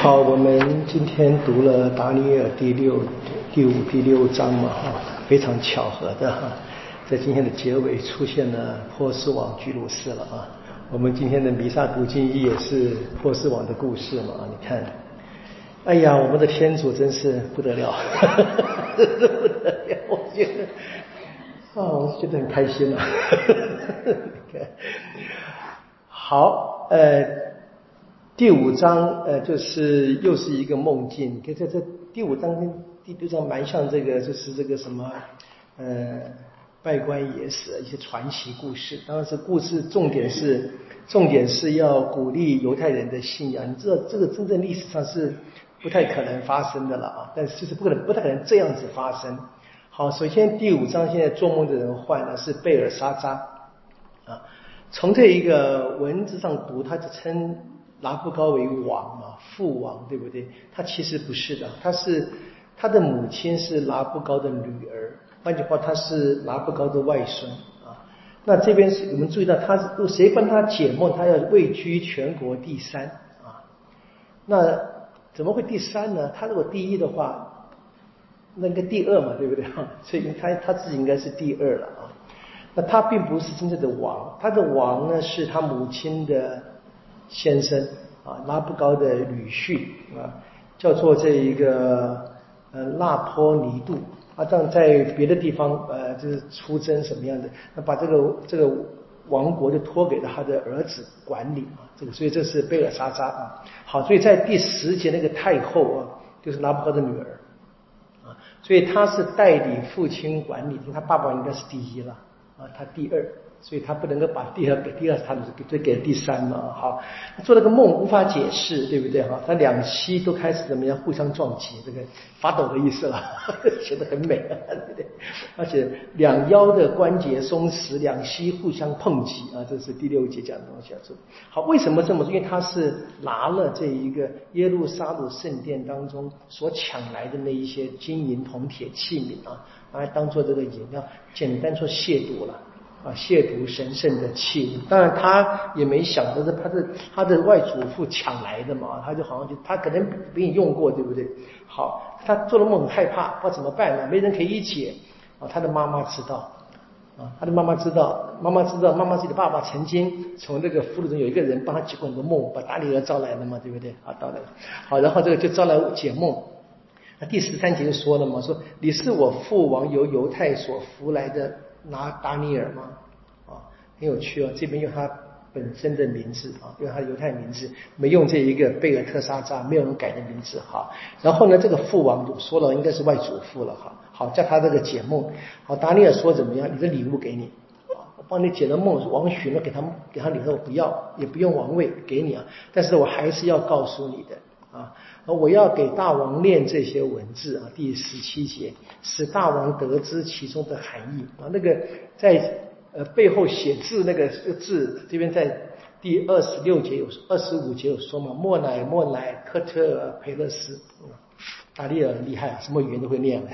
好，我们今天读了达尼尔第5、第6章嘛，非常巧合的在今天的结尾出现了波斯王居鲁士了啊。我们今天的弥撒读经也是波斯王的故事嘛，你看，哎呀，我们的天主真是不得了，真是不得了，我觉得我觉得很开心啊。好，第5章就是又是一个梦境。你看这第5章跟第6章蛮像这个，就是这个什么拜官野史一些传奇故事。当然是故事重点是要鼓励犹太人的信仰。你知道这个真正历史上是不太可能发生的了啊，但是就是不太可能这样子发生。好，首先第5章现在做梦的人换了，是贝尔沙扎啊。从这一个文字上读，他就称拿布高为王嘛，父王，对不对？他其实不是的，他的母亲是拿布高的女儿，换句话，他是拿布高的外孙啊。那这边是我们注意到，他是谁帮他解梦？他要位居全国第3啊。那怎么会第3呢？他如果第1的话，那个第2嘛，对不对？所以他自己应该是第2了啊。那他并不是真正的王，他的王呢是他母亲的先生啊，拉布高的女婿啊，叫做这一个纳坡尼度啊，这样在别的地方就是出征什么样的，那把这个王国就托给了他的儿子管理啊，所以这是贝尔沙扎啊。好，所以在第10节那个太后啊，就是拉布高的女儿啊，所以他是代理父亲管理，他爸爸应该是第1了。他第2，所以他不能够把第2给第2，他就给第3嘛。好，做了个梦无法解释，对不对哈？他两膝都开始怎么样互相撞击，这个发抖的意思了，写得很美，对不对？而且两腰的关节松弛，两膝互相碰击啊，这是第6节讲的东西啊。好，为什么这么说？因为他是拿了这一个耶路撒冷圣殿当中所抢来的那一些金银铜铁器皿啊，拿来当做这个饮料，简单说亵渎了啊，亵渎神圣的器物。当然他也没想到是他的外祖父抢来的嘛，他就好像他可能没用过，对不对？好，他做了梦很害怕，不知道怎么办呢？没人可以解啊。他的妈妈知道啊，他的妈妈知道自己的爸爸曾经从那个俘虏中有一个人帮他解过很多梦，把达尼尔招来了嘛，对不对？到来了。好，然后这个就招来解梦。那第13节就说了嘛，说你是我父王由犹太所俘来的达尼尔吗？很有趣哦，这边用他本身的名字啊，用他的犹太名字，没用这一个贝尔特沙扎，没有人改的名字哈。然后呢，这个父王就说了，应该是外祖父了哈。好，叫他这个解梦。好，达尼尔说怎么样？你的礼物给你啊，我帮你解了梦，王许呢给他礼物，我不要，也不用王位给你啊，但是我还是要告诉你的。我要给大王念这些文字啊，第17节，使大王得知其中的含义啊。那个在背后写字那个字，这边在第26节25节有说嘛，莫乃科特尔培勒斯，达利尔很厉害啊，什么语言都会念。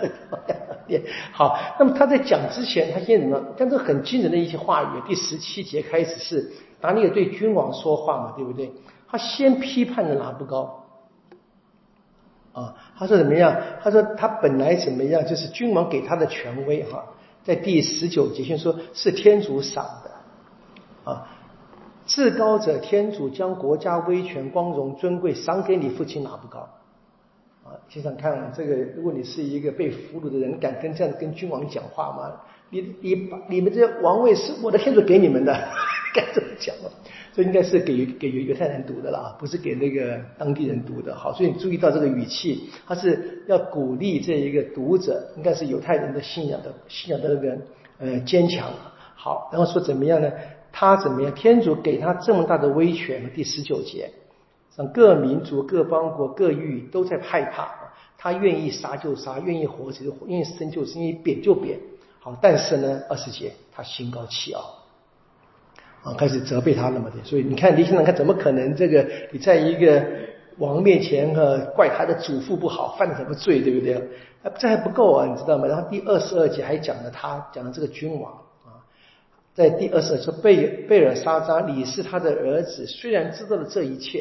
好，那么他在讲之前，他先什么？但这很惊人的一些话语。第17节开始是达利尔对君王说话嘛，对不对？他先批判了拿布高啊，他说怎么样？他说他本来怎么样，就是君王给他的权威哈，在第19节先说是天主赏的啊，至高者天主将国家威权、光荣、尊贵赏给你父亲拿布高啊。想想看，这个如果你是一个被俘虏的人，敢跟这样跟君王讲话吗？你们这些王位是我的天主给你们的，该怎么讲了？所以应该是给犹太人读的啦，不是给那个当地人读的。好，所以你注意到这个语气，他是要鼓励这一个读者，应该是犹太人的信仰的那个坚强。好，然后说怎么样呢？他怎么样？天主给他这么大的威权，第19节，让各民族、各邦国、各域都在害怕，他愿意杀就杀，愿意活就活，愿意生就生，愿意贬就贬。好，但是呢，20节他心高气傲啊，开始责备他了嘛。所以你看，你想想看，怎么可能这个你在一个王面前怪他的祖父不好，犯了什么罪，对不对？这还不够啊，你知道吗？然后第22节还讲了这个君王啊，在第22说贝尔沙扎，你是他的儿子，虽然知道了这一切啊，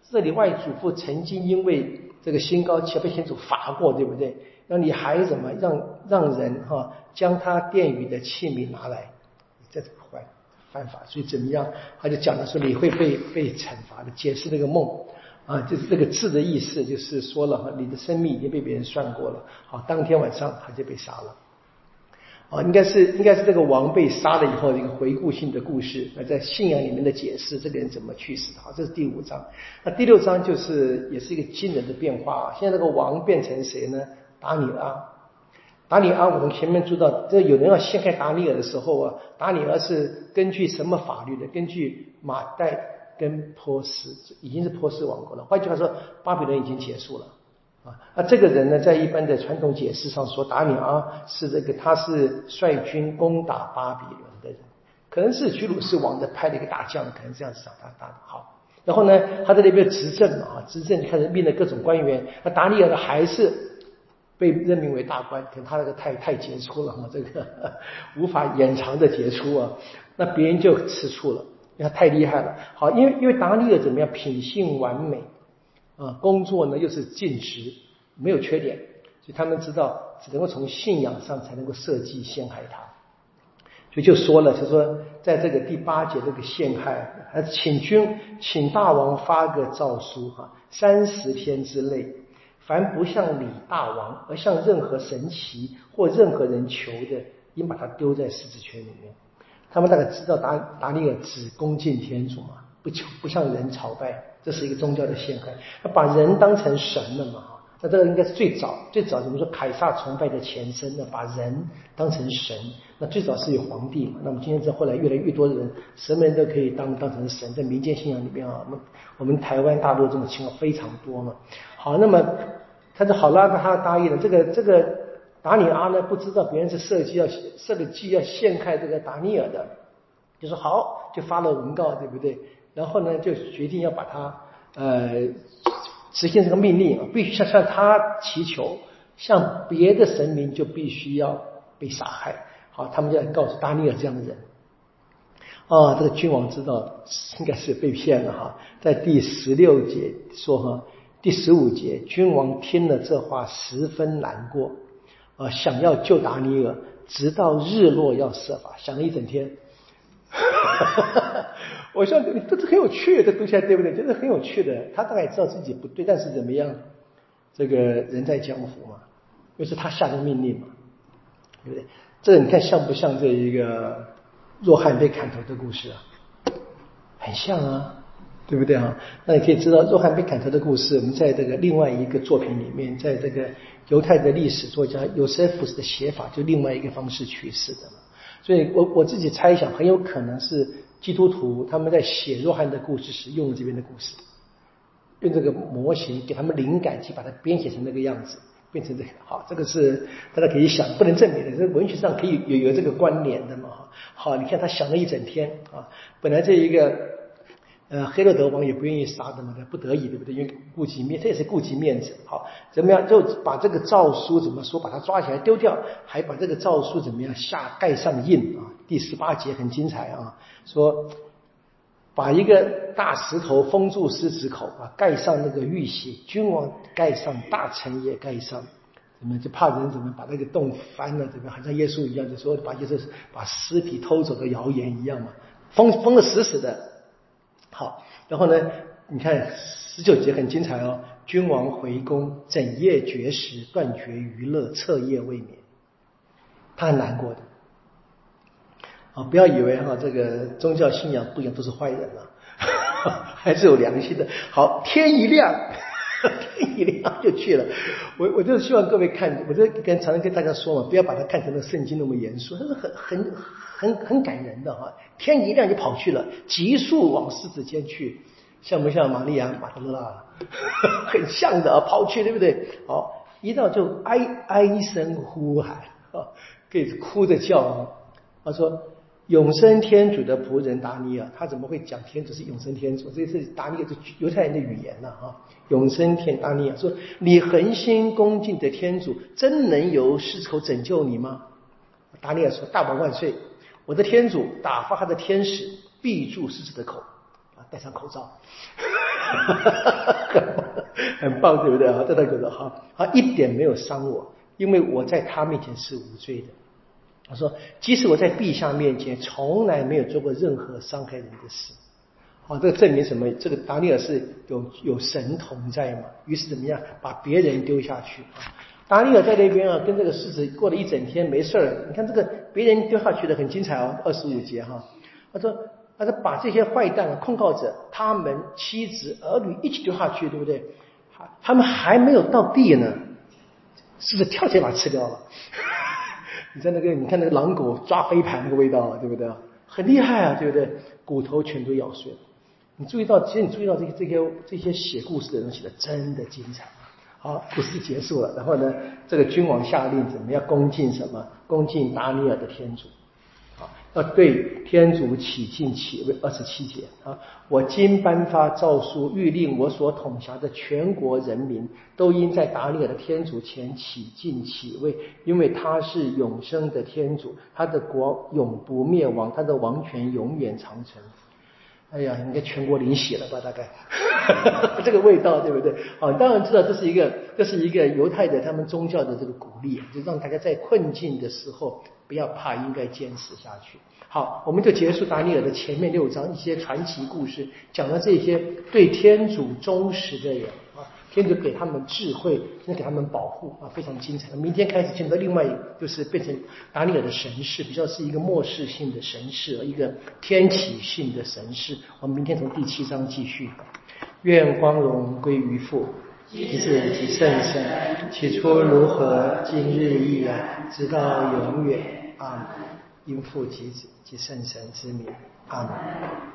这里外祖父曾经因为这个心高气傲被天主罚过，对不对？那你还怎么让人将他殿宇的器皿拿来，这犯法，所以怎么样？他就讲的说你会被惩罚的，解释这个梦啊，就是这个字的意思，就是说了你的生命已经被别人算过了。好，当天晚上他就被杀了。啊，应该是这个王被杀了以后一个回顾性的故事，在信仰里面的解释，这个人怎么去世的。好，这是第5章。那第6章也是一个惊人的变化。现在这个王变成谁呢？达尼阿。达尼阿，我们前面知道，这有人要陷害达尼尔的时候啊，达尼尔是根据什么法律的？根据马代跟波斯，已经是波斯王国了。换句话说，巴比伦已经结束了。那这个人呢，在一般的传统解释上说，达尼阿是他是率军攻打巴比伦的人，可能是居鲁士王的派了一个大将，可能这样子找他打好。然后呢，他在那边执政嘛，执政开始命了各种官员。那达尼尔呢，还是被任命为大官，可能他那个太杰出了这个无法掩藏的杰出啊，那别人就吃醋了，因为他太厉害了。好，因为达尼尔怎么样，品性完美。工作呢又是尽职，没有缺点，所以他们知道只能够从信仰上才能够设计陷害他，所以就说了，就说在这个第8节这个陷害，还是请大王发个诏书30天之内，凡不向理大王而向任何神祇或任何人求的，应把他丢在狮子圈里面。他们大概知道达尼尔只恭敬天主嘛，不向人朝拜，这是一个宗教的陷害。把人当成神了嘛，那这个应该是最早怎么说，凯撒崇拜的前身呢？把人当成神，那最早是有皇帝嘛。那么今天后来越来越多的人，什么人都可以当成神，在民间信仰里面我们台湾大陆这种情况非常多嘛。好，那么他就好拉他答应了。这个达尼阿呢，不知道别人是设个计要陷害这个达尼尔的，就说好，就发了文告，对不对？然后呢，就决定要把他实现这个命令，必须向他祈求，像别的神明就必须要被杀害。好，他们就告诉达尼尔这样的人。这个君王知道应该是被骗了在第16节说第15节，君王听了这话十分难过，想要救达尼尔，直到日落要设法，想了一整天。我说这是很有趣的读起来，对不对？就是很有趣的。他大概知道自己不对，但是怎么样？这个人在江湖嘛，又是他下的命令嘛，对不对？这个你看像不像这一个若翰被砍头的故事啊？很像啊，对不对啊？那你可以知道若翰被砍头的故事，我们在这个另外一个作品里面，在这个犹太的历史作家尤瑟福斯的写法，就另外一个方式去世的了。所以我自己猜想，很有可能是基督徒他们在写若翰的故事时用这边的故事，用这个模型给他们灵感，去把它编写成那个样子，变成这个。好，这个是大家可以想，不能证明的，这文学上可以有这个关联的嘛。好，你看他想了一整天本来这一个黑勒德王也不愿意杀的嘛，不得已，对不对？因为顾及面，这也是顾及面子。好，怎么样就把这个诏书怎么说，把它抓起来丢掉，还把这个诏书怎么样盖上印第18节很精彩说把一个大石头封住狮子口盖上那个玉玺，君王盖上，大臣也盖上。怎么就怕人怎么把那个洞翻了，怎么好像耶稣一样，就说把尸体偷走的谣言一样嘛，封得死死的。好，然后呢，你看19节很精彩君王回宫，整夜绝食，断绝娱乐，彻夜未眠。他很难过的不要以为这个宗教信仰不一样都是坏人还是有良心的。好，天一亮天一亮就去了。我就希望各位看，我就常常跟大家说嘛，不要把它看成了圣经那么严肃，它是很感人的天一亮就跑去了，急速往狮子间去，像不像玛利亚马德拉？很像的跑去，对不对？好，一到就哀声呼喊可以哭着叫他说永生天主的仆人达尼尔，他怎么会讲天主是永生天主？这是达尼尔是犹太人的语言永生天达尼尔说，你恒心恭敬的天主真能由狮子口拯救你吗？达尼尔说，大王万岁，我的天主打发他的天使闭住狮子的口戴上口罩很棒，对不对啊？这他觉得好，一点没有伤我，因为我在他面前是无罪的。我说，即使我在陛下面前从来没有做过任何伤害人的事。好，这个证明什么？这个达尼尔是有神同在嘛？于是怎么样，把别人丢下去啊？达尼尔在那边啊，跟这个狮子过了一整天没事儿。你看这个别人丢下去的很精彩哦，25节哈。他说把这些坏蛋控告者，他们妻子儿女一起丢下去，对不对？他们还没有到地呢，是不是跳起来把它吃掉了？你在你看那个狼狗抓飞盘那个味道，对不对？很厉害啊，对不对？骨头全都咬碎了。其实你注意到这些写故事的人写的真的精彩。好，故事结束了，然后呢，这个君王下令怎么样恭敬什么？恭敬达尼尔的天主。要对天主起敬祈为27节啊！我今颁发诏书，谕令我所统辖的全国人民都应在达尼尔的天主前起敬祈畏，因为他是永生的天主，他的国永不灭亡，他的王权永远长存。哎呀，应该全国淋血了吧？大概这个味道，对不对？啊，当然知道这是一个犹太的他们宗教的这个鼓励，就让大家在困境的时候不要怕，应该坚持下去。好，我们就结束达尼尔的前面6章一些传奇故事，讲了这些对天主忠实的人啊，天主给他们智慧，天主给他们保护啊，非常精彩。明天开始进入到另外一个，就是变成达尼尔的神事，比较是一个末世性的神事，一个天启性的神事。我们明天从第7章继续。愿光荣归于父、及子、及圣神，起初如何，今日亦然，直到永远。阿们。因父及子及圣神之名。阿们。